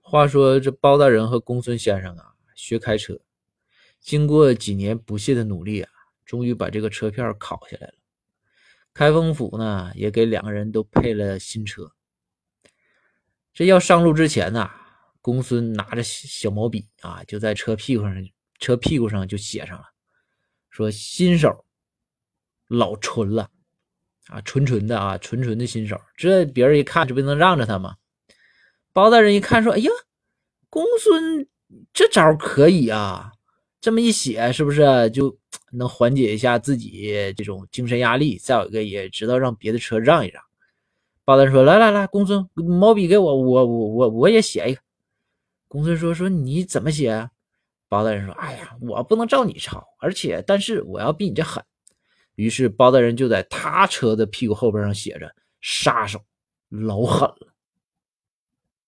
话说这包大人和公孙先生啊，学开车，经过几年不懈的努力啊，终于把这个车票考下来了。开封府呢，也给两个人都配了新车。这要上路之前呢，公孙拿着小毛笔啊，就在车屁股上就写上了，说新手老纯了啊，纯的新手，这别人一看，这不能让着他吗？包大人一看说：“哎呀，公孙这招可以啊，这么一写，是不是就能缓解一下自己这种精神压力？再有一个，也知道让别的车让一让。”包大人说：“来来来，公孙，毛笔给我，我也写一个。”公孙说：“你怎么写啊？”包大人说：“哎呀，我不能照你抄，但是我要比你这狠。”于是包大人就在他车的屁股后边上写着：“杀手，老狠了。”